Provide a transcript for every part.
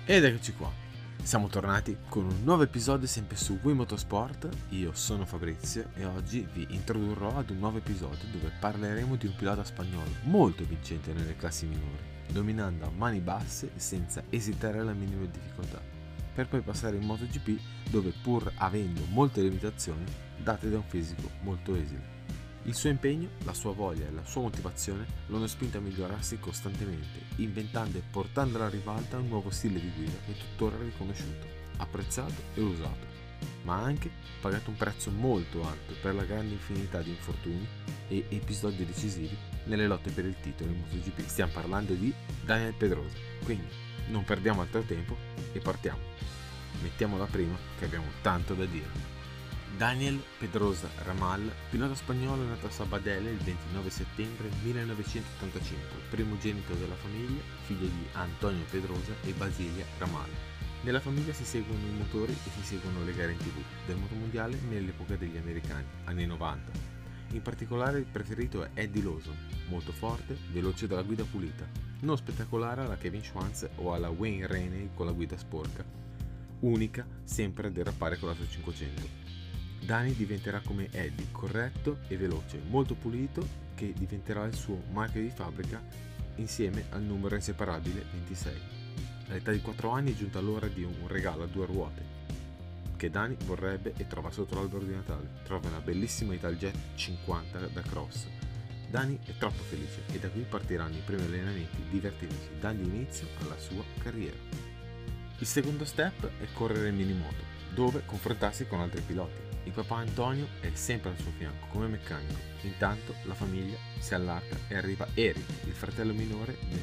Ed eccoci qua, siamo tornati con un nuovo episodio sempre su Wii Motorsport. Io sono Fabrizio e oggi vi introdurrò ad un nuovo episodio dove parleremo di un pilota spagnolo molto vincente nelle classi minori, dominando a mani basse senza esitare alla minima difficoltà, per poi passare in MotoGP dove, pur avendo molte limitazioni date da un fisico molto esile, il suo impegno, la sua voglia e la sua motivazione lo hanno spinto a migliorarsi costantemente, inventando e portando alla ribalta un nuovo stile di guida che è tuttora riconosciuto, apprezzato e usato, ma ha anche pagato un prezzo molto alto per la grande infinità di infortuni e episodi decisivi nelle lotte per il titolo in MotoGP. Stiamo parlando di Daniel Pedrosa, quindi non perdiamo altro tempo e partiamo. Mettiamo la prima che abbiamo tanto da dire. Daniel Pedrosa Ramal, pilota spagnolo nato a Sabadell il 29 settembre 1985, primogenito della famiglia, figlio di Antonio Pedrosa e Basilia Ramal. Nella famiglia si seguono i motori e si seguono le gare in TV del motomondiale nell'epoca degli americani, anni 90. In particolare il preferito è Eddie Lawson, molto forte, veloce dalla guida pulita, non spettacolare alla Kevin Schwantz o alla Wayne Rainey con la guida sporca, unica sempre a derapare con la sua 500. Dani diventerà come Eddie, corretto e veloce, molto pulito, che diventerà il suo marchio di fabbrica insieme al numero inseparabile 26. All'età di 4 anni è giunta l'ora di un regalo a 2 ruote che Dani vorrebbe e trova sotto l'albero di Natale. Trova una bellissima Italjet 50 da cross. Dani è troppo felice e da qui partiranno i primi allenamenti divertendosi, dagli inizio alla sua carriera. Il secondo step è correre in minimoto, dove confrontarsi con altri piloti. Il papà Antonio è sempre al suo fianco come meccanico. Intanto la famiglia si allarga e arriva Eric, il fratello minore del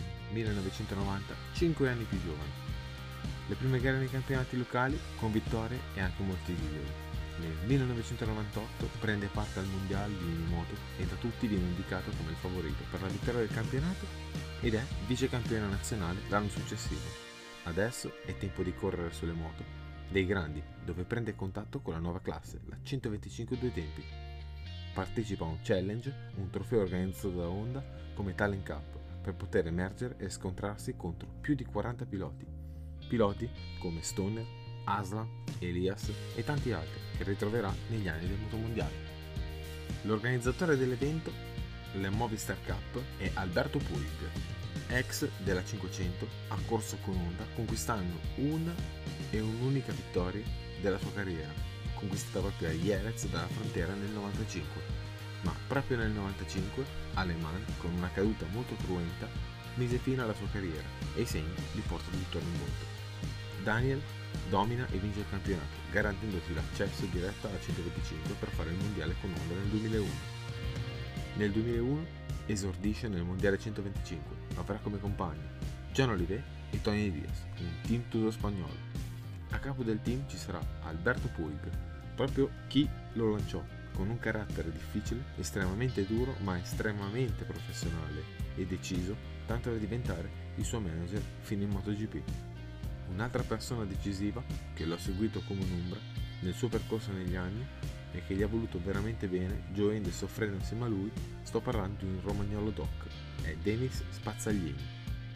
1990, 5 anni più giovane. Le prime gare nei campionati locali con vittorie e anche molti titoli. Nel 1998 prende parte al mondiale di minimoto e da tutti viene indicato come il favorito per la vittoria del campionato ed è vice campione nazionale l'anno successivo. Adesso è tempo di correre sulle moto dei grandi, dove prende contatto con la nuova classe, la 125 due tempi. Partecipa a un challenge, un trofeo organizzato da Honda come Talent Cup, per poter emergere e scontrarsi contro più di 40 piloti. Piloti come Stoner, Aslan, Elias e tanti altri che ritroverà negli anni del motomondiale. L'organizzatore dell'evento, la Movistar Cup, è Alberto Puig, ex della 500, ha corso con Honda conquistando una e un'unica vittoria della sua carriera, conquistata proprio a Jerez dalla frontiera nel 95, ma proprio nel 95 a Le Mans, con una caduta molto cruenta, mise fine alla sua carriera e i segni li porta tuttora in volto. Daniel domina e vince il campionato, garantendosi l'accesso diretto alla 125 per fare il mondiale con Honda nel 2001. Nel 2001 esordisce nel mondiale 125, avrà come compagni John Olivet e Tony Diaz, un team tutto spagnolo. A capo del team ci sarà Alberto Puig, proprio chi lo lanciò, con un carattere difficile, estremamente duro ma estremamente professionale e deciso, tanto da diventare il suo manager fino in MotoGP. Un'altra persona decisiva che lo ha seguito come un'ombra nel suo percorso negli anni e che gli ha voluto veramente bene, gioendo e soffrendo insieme a lui, sto parlando di un romagnolo doc, è Denis Spazzaglini.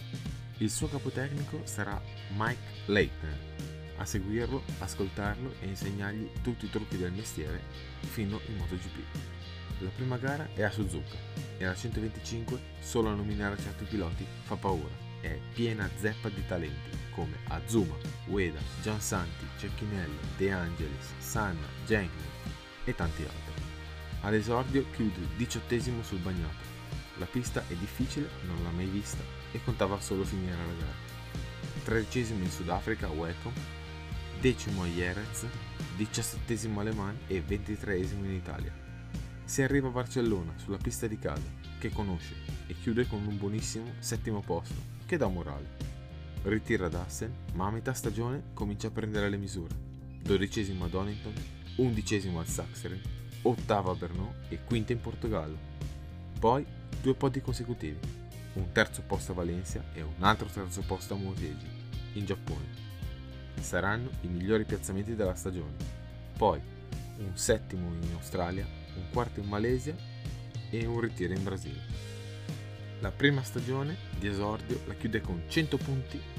Il suo capotecnico sarà Mike Leitner. A seguirlo, ascoltarlo e insegnargli tutti i trucchi del mestiere fino in MotoGP. La prima gara è a Suzuka e alla 125 solo a nominare certi piloti fa paura. È piena zeppa di talenti come Azuma, Ueda, Giansanti, Cecchinelli, De Angelis, Sanna, Jenkins e tanti altri. All'esordio chiude 18° sul bagnato. La pista è difficile, non l'ha mai vista e contava solo finire la gara. 13° in Sudafrica a Welcome, 10° a Jerez, 17° a Le Mans e 23° in Italia. Si arriva a Barcellona sulla pista di casa, che conosce, e chiude con un buonissimo 7° posto, che dà morale. Ritira da Assen, ma a metà stagione comincia a prendere le misure. 12° a Donington, 11° al Sachsenring, 8° a Brno e 5° in Portogallo. Poi 2 podi consecutivi, un 3° posto a Valencia e un altro 3° posto a Motegi, in Giappone. Saranno i migliori piazzamenti della stagione. Poi un 7° in Australia, un 4° in Malesia e un ritiro in Brasile. La prima stagione di esordio la chiude con 100 punti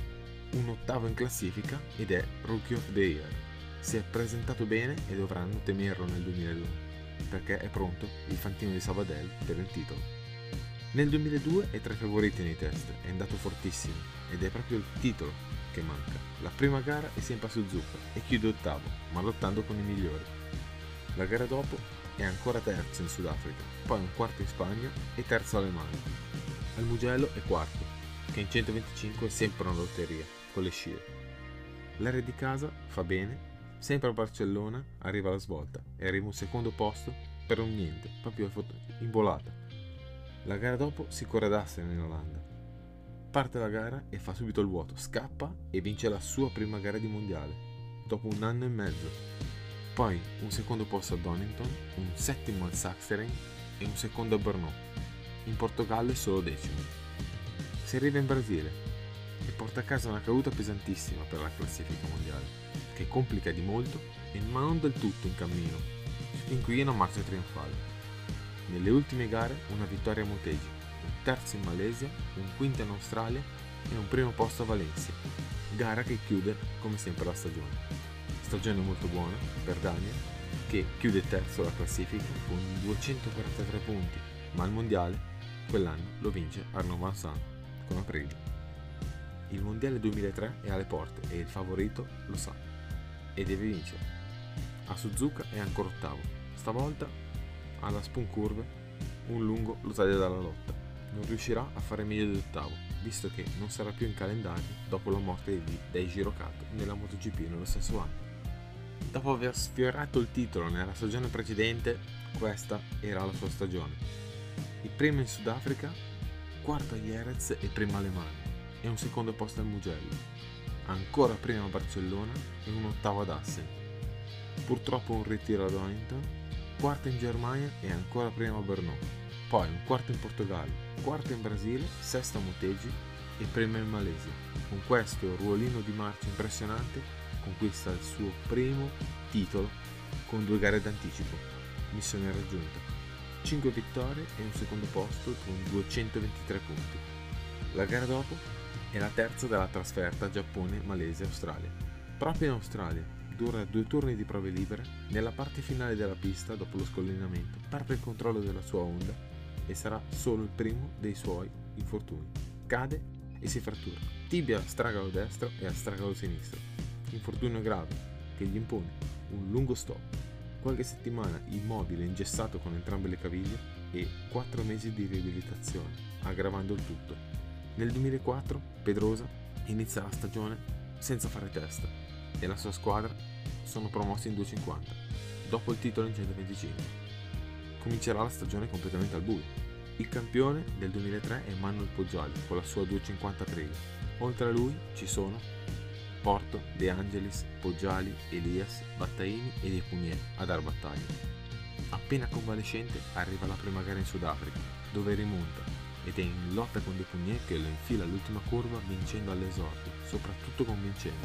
un ottavo in classifica ed è Rookie of the Year. Si è presentato bene e dovranno temerlo nel 2002, perché è pronto il fantino di Sabadell per il titolo. Nel 2002 è tra i favoriti nei test, è andato fortissimo ed è proprio il titolo che manca. La prima gara è sempre a Suzuka e chiude ottavo, ma lottando con i migliori. La gara dopo è ancora terzo in Sudafrica, poi un quarto in Spagna e terzo alle mani. Al Mugello è quarto, che in 125 è sempre una lotteria, con le scie. L'area di casa fa bene, sempre a Barcellona arriva la svolta e arriva un secondo posto per un niente, proprio in volata. La gara dopo si corre ad Assen in Olanda. Parte la gara e fa subito il vuoto, scappa e vince la sua prima gara di mondiale, dopo un anno e mezzo. Poi un secondo posto a Donington, un settimo al Sachsenring e un secondo a Brno. In Portogallo è solo decimo. Si arriva in Brasile e porta a casa una caduta pesantissima per la classifica mondiale, che complica di molto ma non del tutto in cammino, in cui una marcia trionfale. Nelle ultime gare una vittoria a Motegi, un terzo in Malesia, un quinto in Australia e un primo posto a Valencia, gara che chiude come sempre la stagione. Stagione molto buona per Daniel, che chiude terzo la classifica con 243 punti, ma al mondiale quell'anno lo vince Arnaud Vincent con Aprilia. Il mondiale 2003 è alle porte e il favorito lo sa e deve vincere. A Suzuka è ancora ottavo, stavolta alla Spoon Curve un lungo lo taglia dalla lotta. Non riuscirà a fare meglio di ottavo, visto che non sarà più in calendario dopo la morte di Daijiro Kato nella MotoGP nello stesso anno. Dopo aver sfiorato il titolo nella stagione precedente, questa era la sua stagione. Il primo in Sudafrica, quarto a Jerez e primo alle mani, e un secondo posto al Mugello. Ancora prima a Barcellona e un ottavo ad Assen. Purtroppo un ritiro a Donington, quarto in Germania e ancora prima a Brno. Poi un quarto in Portogallo, quarto in Brasile, sesto a Motegi e primo in Malesia. Con questo ruolino di marcia impressionante conquista il suo primo titolo con 2 gare d'anticipo. Missione raggiunta. 5 vittorie e un secondo posto con 223 punti. La gara dopo è la terza della trasferta Giappone, Malesia, Australia. Proprio in Australia dura 2 turni di prove libere. Nella parte finale della pista, dopo lo scollinamento, perde il controllo della sua Honda e sarà solo il primo dei suoi infortuni. Cade e si frattura tibia a stragalo destro e a stragalo sinistro. Infortunio grave che gli impone un lungo stop, qualche settimana immobile ingessato con entrambe le caviglie e 4 mesi di riabilitazione, aggravando il tutto. Nel 2004 Pedrosa inizia la stagione senza fare testa e la sua squadra sono promossi in 250, dopo il titolo in 125. Comincerà la stagione completamente al buio. Il campione del 2003 è Manuel Poggiali con la sua 250 Aprilia. Oltre a lui ci sono Porto, De Angelis, Poggiali, Elias, Battaini e De Punier a dar battaglia. Appena convalescente arriva la prima gara in Sudafrica, dove rimonta ed è in lotta con De Punier che lo infila all'ultima curva vincendo all'esordio, soprattutto convincendo.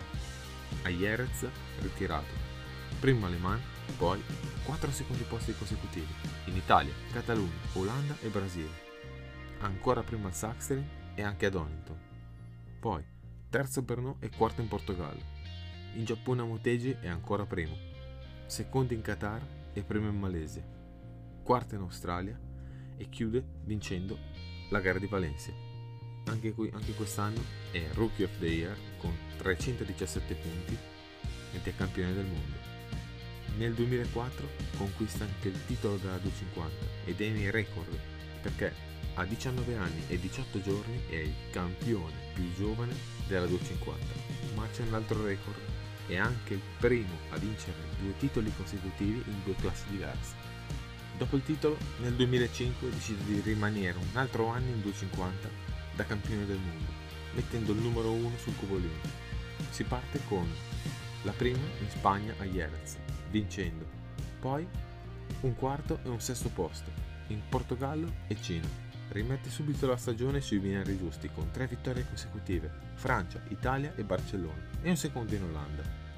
A Jerez ritirato, primo alle mani, poi 4 secondi posti consecutivi in Italia, Catalogna, Olanda e Brasile. Ancora prima al Sachsenring e anche a Donington. Poi terzo a Brno e quarto in Portogallo. In Giappone a Motegi è ancora primo, secondo in Qatar e primo in Malesia, quarto in Australia e chiude vincendo la gara di Valencia. Anche quest'anno è Rookie of the Year con 317 punti ed è campione del mondo. Nel 2004 conquista anche il titolo della 250 ed è nei record perché a 19 anni e 18 giorni è il campione più giovane della 250, ma c'è un altro record, è anche il primo a vincere 2 titoli consecutivi in 2 classi diverse. Dopo il titolo, nel 2005 decide di rimanere un altro anno in 250 da campione del mondo, mettendo il numero 1 sul cupolino. Si parte con la prima in Spagna a Jerez, vincendo, poi un quarto e un sesto posto in Portogallo e Cina. Rimette subito la stagione sui binari giusti con 3 vittorie consecutive, Francia, Italia e Barcellona, e un secondo in Olanda.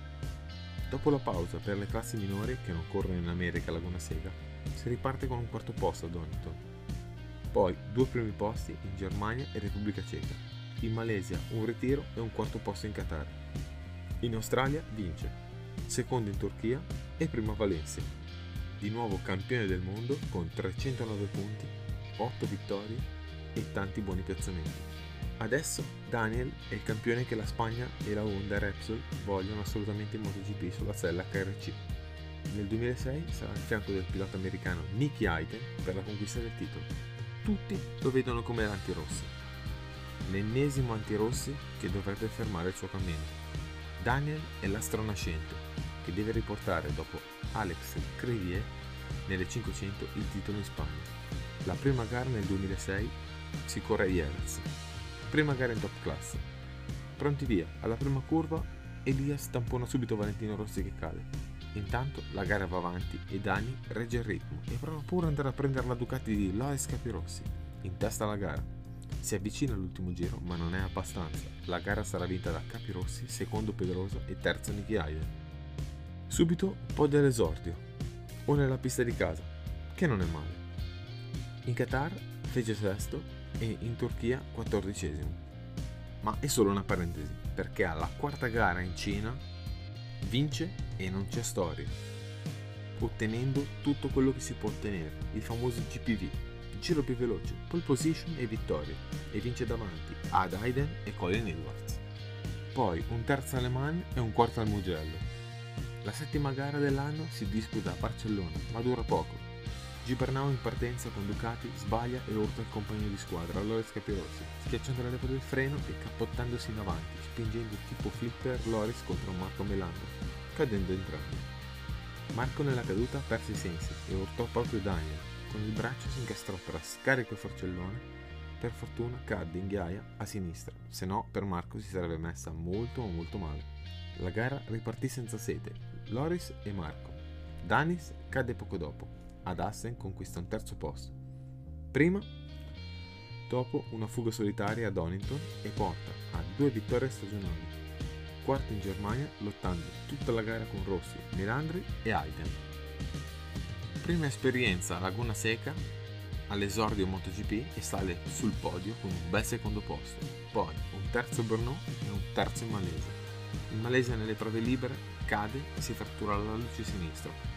Dopo la pausa per le classi minori che non corrono in America Laguna Seca, si riparte con un quarto posto a Donington, poi 2 primi posti in Germania e Repubblica Ceca, In Malesia un ritiro e un quarto posto in Qatar. In Australia vince, secondo in Turchia e primo a Valencia. Di nuovo campione del mondo con 309 punti, 8 vittorie e tanti buoni piazzamenti. Adesso Daniel è il campione che la Spagna e la Honda Repsol vogliono assolutamente in MotoGP sulla sella KRC. Nel 2006 sarà al fianco del pilota americano Nicky Hayden per la conquista del titolo. Tutti lo vedono come l'antirossi. L'ennesimo antirossi che dovrebbe fermare il suo cammino. Daniel è l'astro nascente che deve riportare dopo Alex Crivillé nelle 500 il titolo in Spagna. La prima gara nel 2006 si corre a Jerez. Prima gara in top class. Pronti via, alla prima curva Elias tampona subito Valentino Rossi che cade. Intanto la gara va avanti e Dani regge il ritmo e prova pure andare a prendere la Ducati di Loris Capirossi. In testa alla gara. Si avvicina all'ultimo giro ma non è abbastanza. La gara sarà vinta da Capirossi, secondo Pedrosa e terzo Nicky Hayden. Subito podio all'esordio, o nella pista di casa, che non è male. In Qatar fece sesto e in Turchia 14esimo. Ma è solo una parentesi, perché alla quarta gara in Cina vince e non c'è storia, ottenendo tutto quello che si può ottenere, il famoso GPV, giro più veloce, pole position e vittoria, e vince davanti ad Hayden e Colin Edwards. Poi un terzo alle Mans e un quarto al Mugello. La settima gara dell'anno si disputa a Barcellona, ma dura poco. Gibernau in partenza con Ducati sbaglia e urta il compagno di squadra, Loris Capirossi, schiacciando la leva del freno e cappottandosi in avanti, spingendo tipo flipper Loris contro Marco Melando, cadendo entrambi. Marco nella caduta perse i sensi e urtò proprio Daniel, con il braccio si incastrò tra scarico e forcellone. Per fortuna cadde in ghiaia a sinistra, se no per Marco si sarebbe messa molto male. La gara ripartì senza sete, Loris e Marco. Danis cadde poco dopo. Ad Assen conquista un terzo posto. Prima, dopo una fuga solitaria a Donington e porta a 2 vittorie stagionali. Quarto in Germania, lottando tutta la gara con Rossi, Melandri e Hayden. Prima esperienza a Laguna Seca, all'esordio MotoGP e sale sul podio con un bel secondo posto. Poi un terzo a Brno e un terzo in Malesia. In Malesia nelle prove libere cade e si frattura la luce sinistra.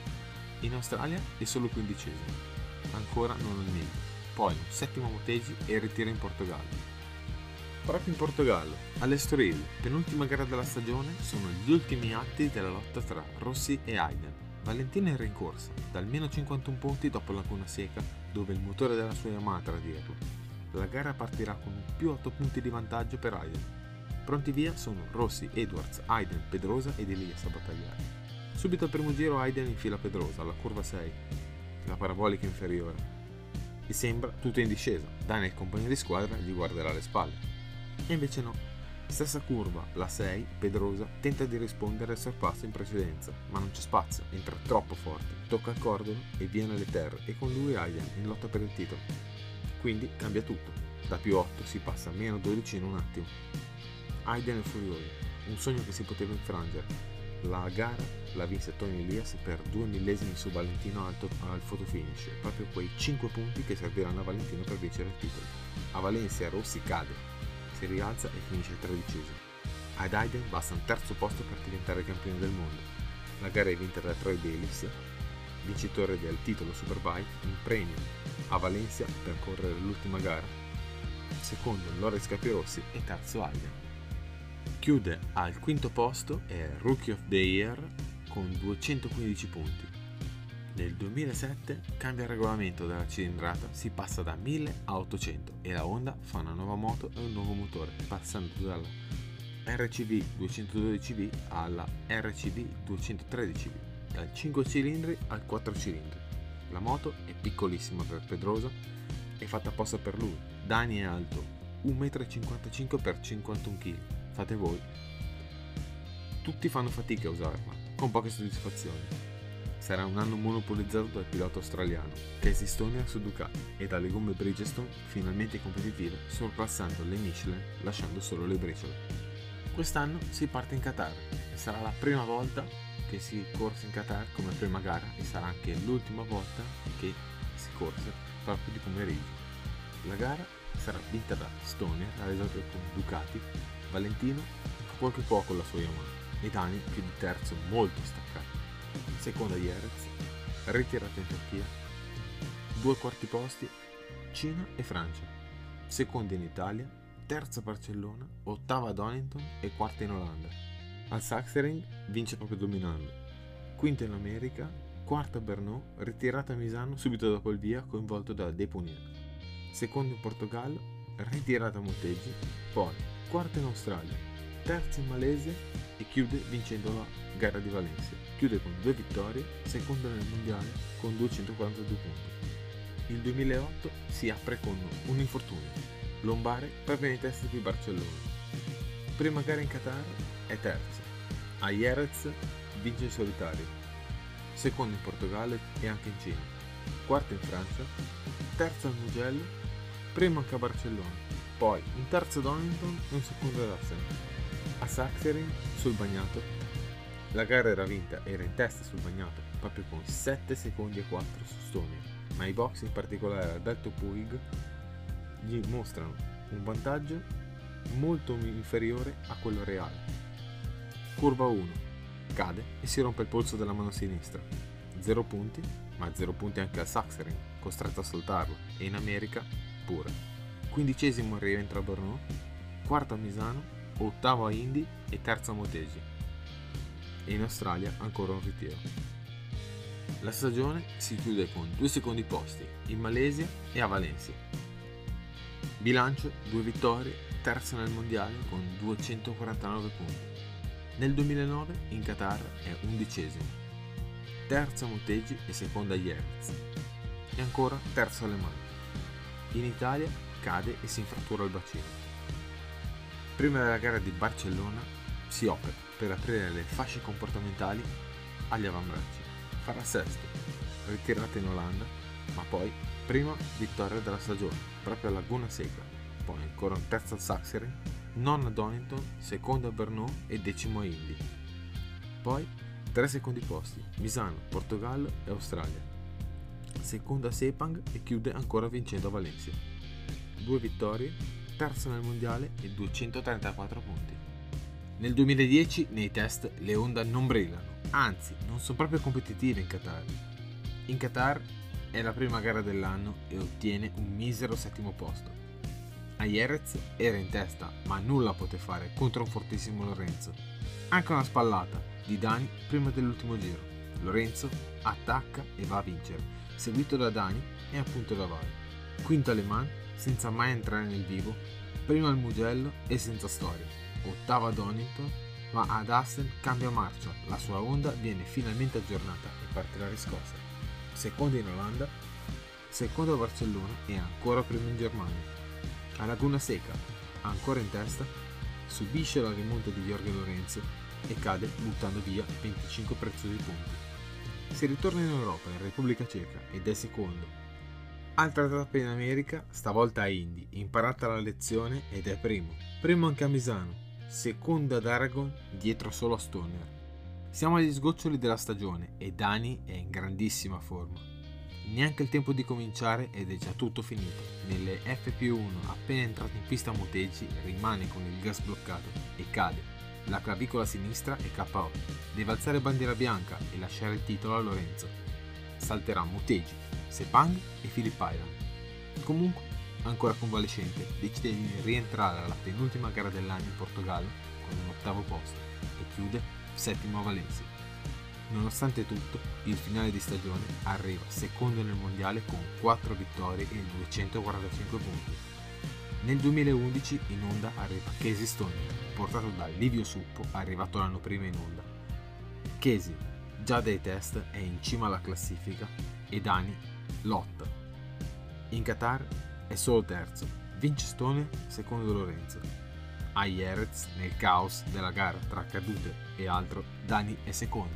In Australia è solo 15esimo, ancora non al meglio. Poi un settimo Motegi e il ritiro in Portogallo. Proprio in Portogallo, all'Estoril, penultima gara della stagione, sono gli ultimi atti della lotta tra Rossi e Hayden. Valentino è in rincorsa, da almeno 51 punti dopo Laguna Seca, dove il motore della sua Yamaha a tradirlo. La gara partirà con più 8 punti di vantaggio per Hayden. Pronti via sono Rossi, Edwards, Hayden, Pedrosa ed Elias a battagliare. Subito al primo giro Hayden infila Pedrosa alla curva 6, la parabolica inferiore, e sembra tutto in discesa. Daniel, compagno di squadra, gli guarderà alle spalle. E invece no. Stessa curva, la 6, Pedrosa tenta di rispondere al sorpasso in precedenza, ma non c'è spazio, entra troppo forte, tocca il cordolo e viene alle terre, e con lui Hayden in lotta per il titolo. Quindi cambia tutto, da più 8 si passa a meno 12 in un attimo. Hayden è furioso, un sogno che si poteva infrangere. La gara la vinse Tony Elias per 2 millesimi su Valentino al fotofinish, proprio quei 5 punti che serviranno a Valentino per vincere il titolo. A Valencia Rossi cade, si rialza e finisce 13esimo. Ad Hayden basta un terzo posto per diventare campione del mondo. La gara è vinta da Troy Bayliss, vincitore del titolo Superbike in premio a Valencia per correre l'ultima gara, secondo Loris Capirossi e terzo Hayden. Chiude al quinto posto e Rookie of the Year con 215 punti. Nel 2007 cambia il regolamento della cilindrata, si passa da 1000 a 800 e la Honda fa una nuova moto e un nuovo motore, passando dalla RCV 212V alla RCV 213V, dal 5 cilindri al 4 cilindri. La moto è piccolissima per Pedrosa e fatta apposta per lui. Dani è alto 1,55 m x 51 kg. Fate voi. Tutti fanno fatica a usarla, con poche soddisfazioni. Sarà un anno monopolizzato dal pilota australiano, Casey Stoner su Ducati, e dalle gomme Bridgestone finalmente competitive, sorpassando le Michelin, lasciando solo le briciole. Quest'anno si parte in Qatar e sarà la prima volta che si corse in Qatar come prima gara e sarà anche l'ultima volta che si corse proprio di pomeriggio. La gara sarà vinta da Stoner, realizzato con Ducati. Valentino fa qualche poco con la sua Yamaha e Dani più di terzo molto staccato. Seconda Jerez, ritirata in Turchia. 2 quarti posti Cina e Francia. Seconda in Italia, terza Barcellona, ottava ad Donington e quarta in Olanda. Al Sachsenring vince proprio dominando. Quinta in America, quarta a Brno, ritirata a Misano subito dopo il via coinvolto da Depunier. Secondo in Portogallo, ritirata a Motegi, poi quarta in Australia, terza in Malesia e chiude vincendo la gara di Valencia. Chiude con 2 vittorie, seconda nel mondiale con 242 punti. Il 2008 si apre con un infortunio. Lombare perde in testa di Barcellona. Prima gara in Qatar è terza. A Jerez vince in solitario. Seconda in Portogallo e anche in Cina. Quarta in Francia. Terza al Mugello. Prima anche a Barcellona. Poi un terzo ad Donington e un secondo ad Assen. A Sachsenring sul bagnato. La gara era vinta, era in testa sul bagnato proprio con 7 secondi e 4 su Stoner, ma i box, in particolare ad Alto Puig, gli mostrano un vantaggio molto inferiore a quello reale. Curva 1, cade e si rompe il polso della mano sinistra. 0 punti, ma 0 punti anche al Sachsenring, costretto a saltarlo, e in America pure. 15° rientra a Brno, quarto a Misano, ottavo a Indy e terzo a Motegi. E in Australia ancora un ritiro. La stagione si chiude con 2 secondi posti in Malesia e a Valencia. Bilancio 2 vittorie, terza nel mondiale con 249 punti. Nel 2009 in Qatar è 11°, terza a Motegi e seconda a Jerez. E ancora terza alle mani. In Italia cade e si infrattura il bacino. Prima della gara di Barcellona si opera per aprire le fasce comportamentali agli avambracci. Farà sesto, ritirata in Olanda, ma poi prima vittoria della stagione, proprio a Laguna Seca, poi ancora un terzo al Sachsenring, nono a Donington, secondo a Brno e decimo a Indy. Poi 3 secondi posti, Misano, Portogallo e Australia. Seconda a Sepang e chiude ancora vincendo a Valencia. 2 vittorie, terzo nel mondiale e 234 punti. Nel 2010 nei test le Honda non brillano, anzi non sono proprio competitive in Qatar. In Qatar è la prima gara dell'anno e ottiene un misero 7° posto. A Jerez era in testa ma nulla poté fare contro un fortissimo Lorenzo. Anche una spallata di Dani prima dell'ultimo giro. Lorenzo attacca e va a vincere, seguito da Dani e appunto da Vale. Quinto a Le Mans senza mai entrare nel vivo, primo al Mugello e senza storia. Ottava a Donington, ma ad Assen cambia marcia, la sua Honda viene finalmente aggiornata e partirà riscossa. Seconda in Olanda, secondo a Barcellona e ancora primo in Germania. A Laguna Seca, ancora in testa, subisce la rimonta di Jorge Lorenzo e cade buttando via 25 preziosi punti. Si ritorna in Europa, in Repubblica Ceca, ed è secondo. Altra tappa in America, stavolta a Indy, imparata la lezione ed è primo. Primo anche a Misano. Seconda ad Aragon, dietro solo a Stoner. Siamo agli sgoccioli della stagione e Dani è in grandissima forma. Neanche il tempo di cominciare ed è già tutto finito. Nelle FP1, appena entrato in pista a Motegi, rimane con il gas bloccato e cade. La clavicola sinistra è KO. Deve alzare bandiera bianca e lasciare il titolo a Lorenzo. Salterà Motegi, Sepang e Phillip Island. Comunque, ancora convalescente, decide di rientrare alla penultima gara dell'anno in Portogallo con un 8° posto e chiude 7° a Valencia. Nonostante tutto, il finale di stagione arriva secondo nel mondiale con 4 vittorie e 245 punti. Nel 2011 in Honda arriva Casey Stoner, portato da Livio Suppo, arrivato l'anno prima in Honda. Casey, già dai test, è in cima alla classifica e Dani lotta. In Qatar è solo terzo, vince Stoner secondo Lorenzo. A Jerez, nel caos della gara tra cadute e altro, Dani è secondo.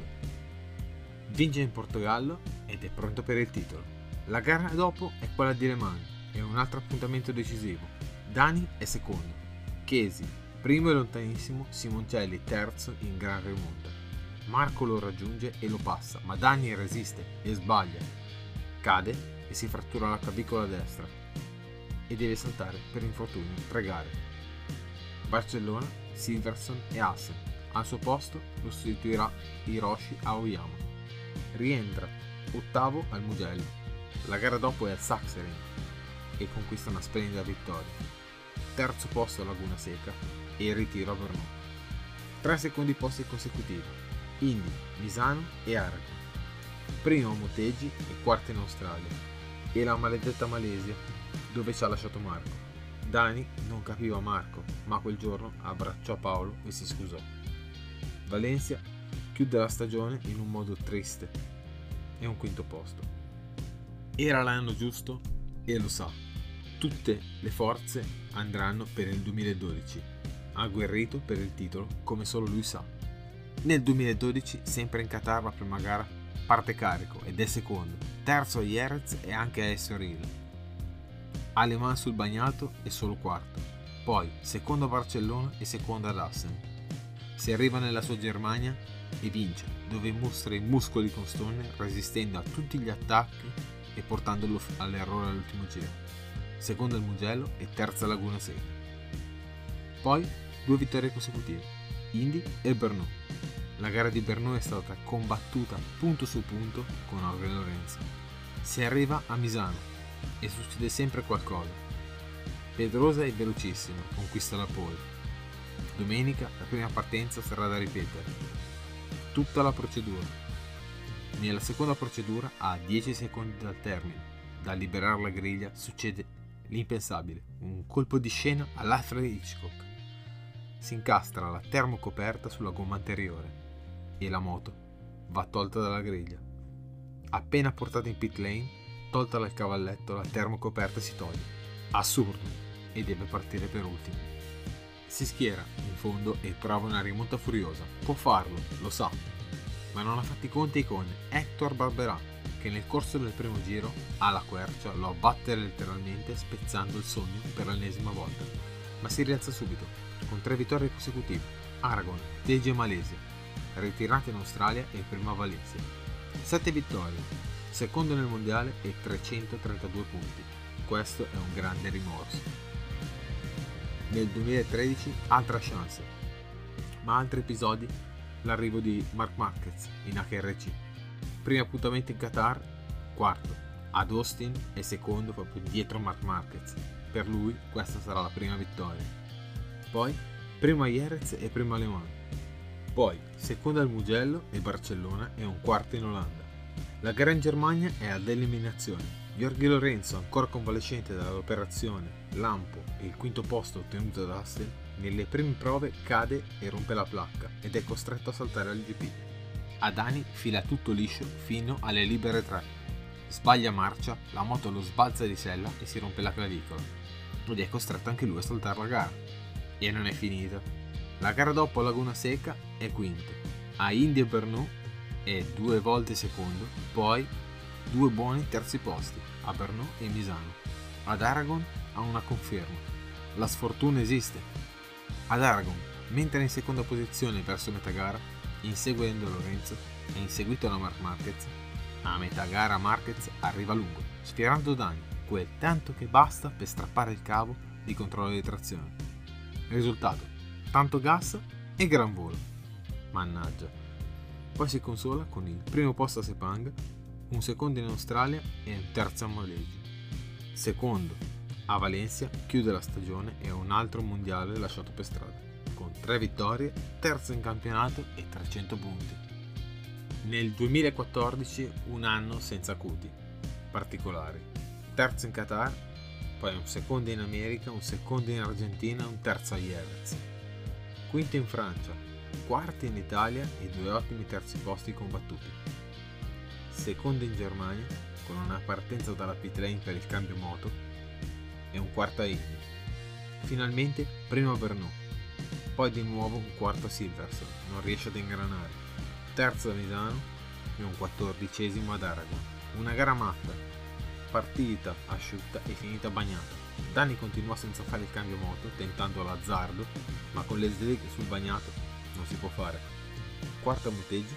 Vince in Portogallo ed è pronto per il titolo. La gara dopo è quella di Le Mans, è un altro appuntamento decisivo. Dani è secondo, Casey primo e lontanissimo, Simoncelli terzo in gran rimonta. Marco lo raggiunge e lo passa, ma Dani resiste e sbaglia. Cade e si frattura la clavicola destra. e deve saltare per infortunio 3 gare. Barcellona, Silverstone e Assen. Al suo posto lo sostituirà Hiroshi Aoyama. Rientra ottavo al Mugello. La gara dopo è al Sachsenring e conquista una splendida vittoria. Terzo posto a Laguna Seca e il ritiro a Brno. 3 secondi posti consecutivi: Indy, Misano e Aragon. Primo a Motegi e quarto in Australia. E la maledetta Malesia, dove ci ha lasciato Marco. Dani non capiva Marco, ma quel giorno abbracciò Paolo e si scusò. Valencia chiude la stagione in un modo triste e un quinto posto. Era l'anno giusto e lo sa. Tutte le forze andranno per il 2012. Agguerrito per il titolo come solo lui sa. Nel 2012, sempre in Qatar, la prima gara parte carico ed è secondo, terzo a Jerez e anche a Estoril. A Le Mans sul bagnato è solo quarto, poi secondo a Barcellona e secondo ad Assen. Si arriva nella sua Germania e vince, dove mostra i muscoli con Stoner, resistendo a tutti gli attacchi e portandolo all'errore all'ultimo giro. Secondo al Mugello e terza a Laguna Seca. Poi 2 vittorie consecutive, Indy e Brno. La gara di Brno è stata combattuta punto su punto con Jorge Lorenzo. Si arriva a Misano e succede sempre qualcosa. Pedrosa e velocissima, conquista la pole. Domenica la prima partenza sarà da ripetere. Tutta la procedura. Nella seconda procedura, a 10 secondi dal termine, da liberare la griglia, succede l'impensabile, un colpo di scena all'Alfred Hitchcock. Si incastra la termocoperta sulla gomma anteriore e la moto va tolta dalla griglia. Appena portata in pit lane, tolta dal cavalletto, la termocoperta si toglie. Assurdo, e deve partire per ultimo. Si schiera in fondo e prova una rimonta furiosa. Può farlo, lo sa, ma non ha fatti i conti con Héctor Barberà, che nel corso del primo giro alla quercia lo abbatte letteralmente, spezzando il sogno per l'ennesima volta. Ma si rialza subito, con 3 vittorie consecutive: Aragon, Motegi e Malesia, ritirate in Australia e prima a Valencia. 7 vittorie, secondo nel mondiale e 332 punti. Questo è un grande rimorso. Nel 2013 altra chance, ma altri episodi: l'arrivo di Marc Marquez in HRC. Primo appuntamento in Qatar, quarto, ad Austin e secondo proprio dietro Marc Marquez. Per lui questa sarà la prima vittoria. Poi primo a Jerez e primo a Le Mans. Poi secondo al Mugello e Barcellona e un quarto in Olanda. La gara in Germania è ad eliminazione. Jorge Lorenzo, ancora convalescente dall'operazione lampo e il quinto posto ottenuto da Aston, nelle prime prove cade e rompe la placca ed è costretto a saltare al GP. Adani fila tutto liscio fino alle libere 3. Sbaglia marcia, la moto lo sbalza di sella e si rompe la clavicola ed è costretto anche lui a saltare la gara. E non è finita. La gara dopo a Laguna Seca è quinto, a Indy e Brno è 2 volte secondo, poi 2 buoni terzi posti a Brno e Misano. Ad Aragon ha una conferma: la sfortuna esiste. Ad Aragon, mentre è in seconda posizione verso metà gara, inseguendo Lorenzo e inseguito da Marc Marquez, a metà gara Marquez arriva lungo, sfierando Dani, quel tanto che basta per strappare il cavo di controllo di trazione. Risultato: tanto gas e gran volo. Mannaggia. Poi si consola con il primo posto a Sepang, un secondo in Australia e un terzo a Malesia. Secondo a Valencia, chiude la stagione e un altro mondiale lasciato per strada, con 3 vittorie, terzo in campionato e 300 punti. Nel 2014 un anno senza acuti particolari. Terzo in Qatar, poi un secondo in America, un secondo in Argentina, un terzo a Jerez. Quinto in Francia, quarto in Italia e 2 ottimi terzi posti combattuti. Secondo in Germania, con una partenza dalla pit lane per il cambio moto e un quarto a Indy. Finalmente primo a Brno, poi di nuovo un quarto a Silverstone, non riesce ad ingranare. Terzo a Misano e un 14° ad Aragon. Una gara matta, partita asciutta e finita bagnata. Dani continua senza fare il cambio moto, tentando l'azzardo, ma con le sleghe sul bagnato non si può fare. Quarto a Motegi.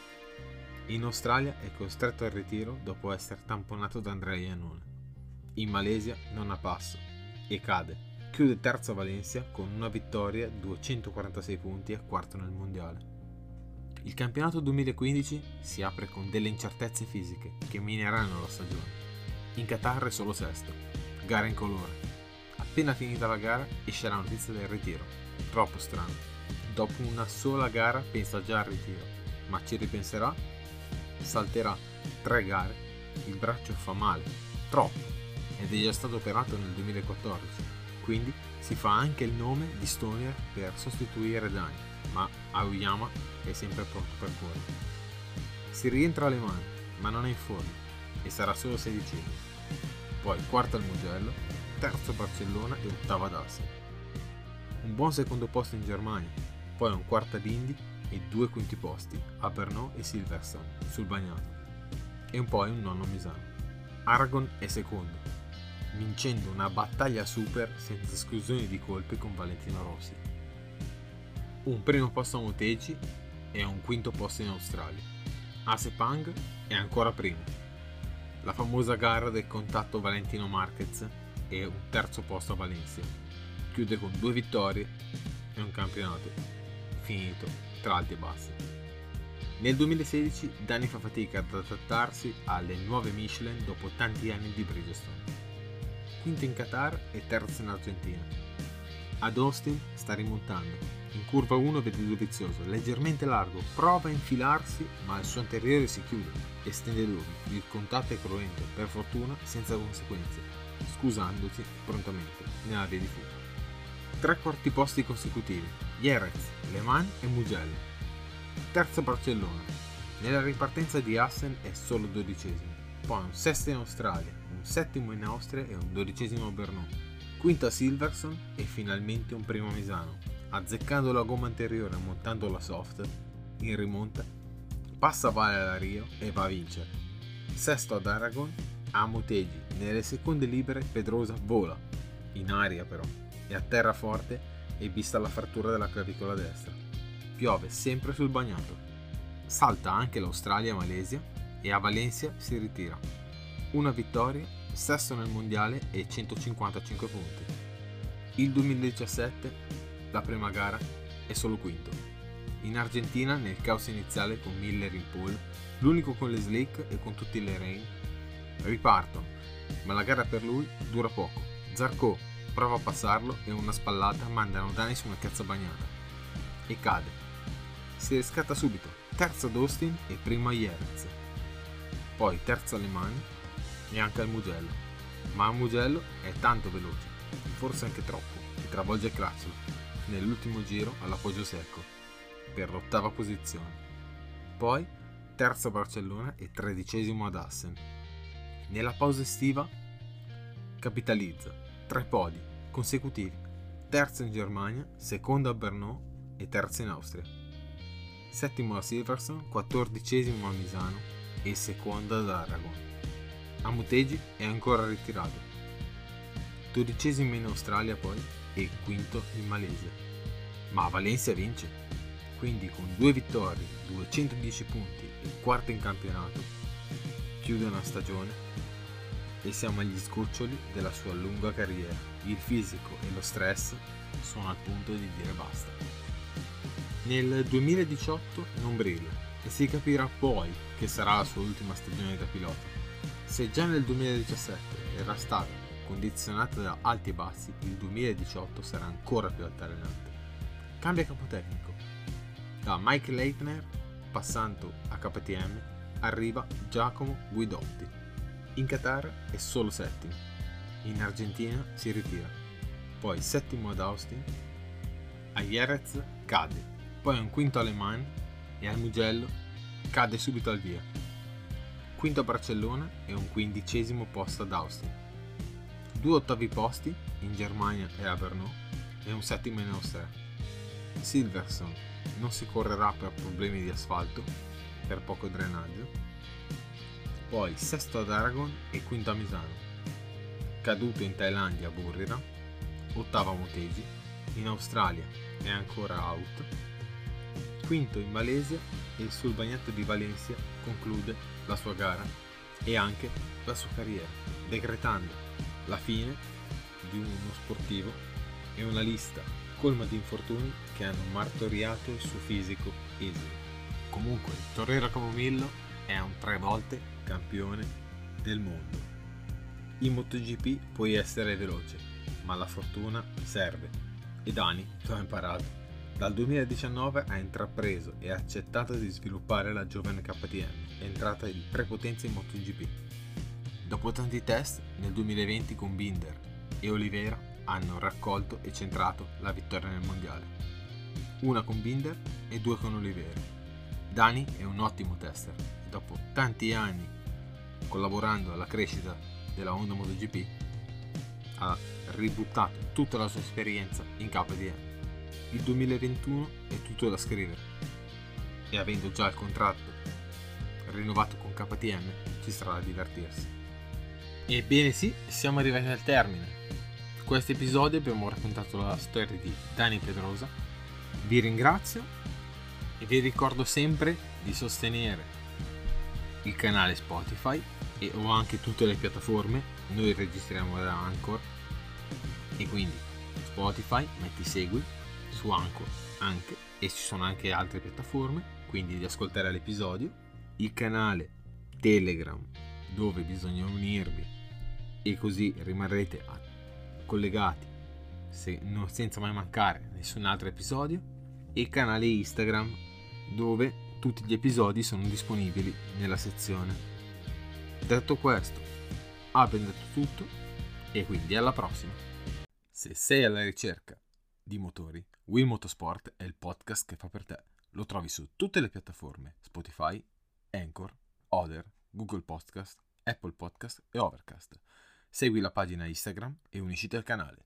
In Australia è costretto al ritiro dopo essere tamponato da Andrea Iannone. In Malesia non ha passo, e cade. Chiude terzo a Valencia con una vittoria, 246 punti e quarto nel mondiale. Il campionato 2015 si apre con delle incertezze fisiche che mineranno la stagione. In Qatar è solo sesto, gara in colore. Appena finita la gara esce la notizia del ritiro. Troppo strano. Dopo una sola gara pensa già al ritiro, ma ci ripenserà, salterà 3 gare, il braccio fa male, troppo, ed è già stato operato nel 2014, quindi si fa anche il nome di Stoner per sostituire Dani, ma Aoyama è sempre pronto per correre. Si rientra alle mani, ma non è in forma e sarà solo 16. Poi quarto al Mugello, terzo Barcellona e ottava ad Assen. Un buon secondo posto in Germania, poi un quarto ad Indy e 2 quinti posti a Brno e Silverstone sul bagnato, e poi un nono a Misano. Aragon è secondo, vincendo una battaglia super senza esclusioni di colpi con Valentino Rossi. Un primo posto a Motegi e un quinto posto in Australia. A Sepang è ancora primo. La famosa gara del contatto Valentino Marquez e un terzo posto a Valencia. Chiude con 2 vittorie e un campionato finito tra alti e bassi. Nel 2016 Dani fa fatica ad adattarsi alle nuove Michelin dopo tanti anni di Bridgestone. Quinto in Qatar e terzo in Argentina. Ad Austin sta rimontando. In curva 1 vede Dovizioso, leggermente largo, prova a infilarsi ma il suo anteriore si chiude e stende dubbi. Il contatto è cruento, per fortuna senza conseguenze, scusandosi prontamente nella via di fuga. 3 quarti posti consecutivi, Jerez, Le Mans e Mugello. Terzo Barcellona. Nella ripartenza di Assen è solo 12esimo, poi un sesto in Australia, un settimo in Austria e un 12esimo a Brno. Quinto a Silverstone e finalmente un primo a Misano. Azzeccando la gomma anteriore e montando la soft, in rimonta, passa Vale alla Rio e va a vincere. Sesto ad Aragon, a Motegi, nelle seconde libere Pedrosa vola, in aria però, e a terra forte e vista la frattura della clavicola destra. Piove sempre sul bagnato. Salta anche l'Australia e Malesia e a Valencia si ritira. Una vittoria, sesto nel mondiale e 155 punti. Il 2017 la prima gara è solo quinto. In Argentina, nel caos iniziale con Miller in pole, l'unico con le slick e con tutti le rain, ripartono, ma la gara per lui dura poco. Zarco prova a passarlo e una spallata mandano Dani su una piazza bagnata e cade. Si riscatta subito, terzo ad Austin e primo a Jerez, poi terzo a Le Mans e anche al Mugello, ma al Mugello è tanto veloce, forse anche troppo, e travolge Crutchlow nell'ultimo giro all'appoggio secco per l'8ª posizione. Poi terzo a Barcellona e 13esimo ad Assen. Nella pausa estiva capitalizza 3 podi consecutivi, terzo in Germania, secondo a Brno e terzo in Austria, settimo a Silverstone, 14esimo a Misano e secondo ad Aragon. A Motegi è ancora ritirato, 12esimo in Australia poi e quinto in Malesia, ma Valencia vince, quindi con 2 vittorie, 210 punti e quarto in campionato chiude una stagione e siamo agli sgoccioli della sua lunga carriera. Il fisico e lo stress sono al punto di dire basta. Nel 2018 non brilla e si capirà poi che sarà la sua ultima stagione da pilota. Se già nel 2017 era stata condizionata da alti e bassi, il 2018 sarà ancora più altalenante. Cambia capo tecnico. Da Mike Leitner, passando a KTM, arriva Giacomo Guidotti. In Qatar è solo settimo. In Argentina si ritira. Poi settimo ad Austin. A Jerez cade. Poi un quinto a Le Mans e al Mugello cade subito al via. Quinto a Barcellona e un 15esimo posto ad Austin. 2 ottavi posti in Germania e a Brno e un settimo in Austria. Silverstone non si correrà per problemi di asfalto, per poco drenaggio. Poi sesto ad Aragon e quinto a Misano. Caduto in Thailandia a Burira, ottavo a Motegi, in Australia è ancora out, quinto in Malesia e sul bagnato di Valencia conclude la sua gara e anche la sua carriera, decretando la fine di uno sportivo e una lista colma di infortuni che hanno martoriato il suo fisico esile. Comunque, Torriero Capomillo è un 3 volte campione del mondo. In MotoGP puoi essere veloce, ma la fortuna serve. E Dani lo ha imparato. Dal 2019 ha intrapreso e ha accettato di sviluppare la giovane KTM, entrata in prepotenza in MotoGP. Dopo tanti test, nel 2020 con Binder e Oliveira hanno raccolto e centrato la vittoria nel mondiale. Una con Binder e 2 con Oliveira. Dani è un ottimo tester e dopo tanti anni collaborando alla crescita della Honda MotoGP ha ributtato tutta la sua esperienza in KTM. Il 2021 è tutto da scrivere e avendo già il contratto rinnovato con KTM ci sarà da divertirsi. Ebbene sì, siamo arrivati al termine. In questo episodio abbiamo raccontato la storia di Dani Pedrosa. Vi ringrazio e vi ricordo sempre di sostenere il canale Spotify e o anche tutte le piattaforme. Noi registriamo da Anchor e quindi Spotify, metti segui, su Anchor anche, e ci sono anche altre piattaforme, quindi di ascoltare l'episodio, il canale Telegram dove bisogna unirvi e così rimarrete collegati senza mai mancare nessun altro episodio, e il canale Instagram dove tutti gli episodi sono disponibili nella sezione. Detto questo, abbiamo detto tutto e quindi alla prossima. Se sei alla ricerca di motori, Will Motorsport è il podcast che fa per te. Lo trovi su tutte le piattaforme: Spotify, Anchor, Other, Google Podcast, Apple Podcast e Overcast. Segui la pagina Instagram e unisciti al canale.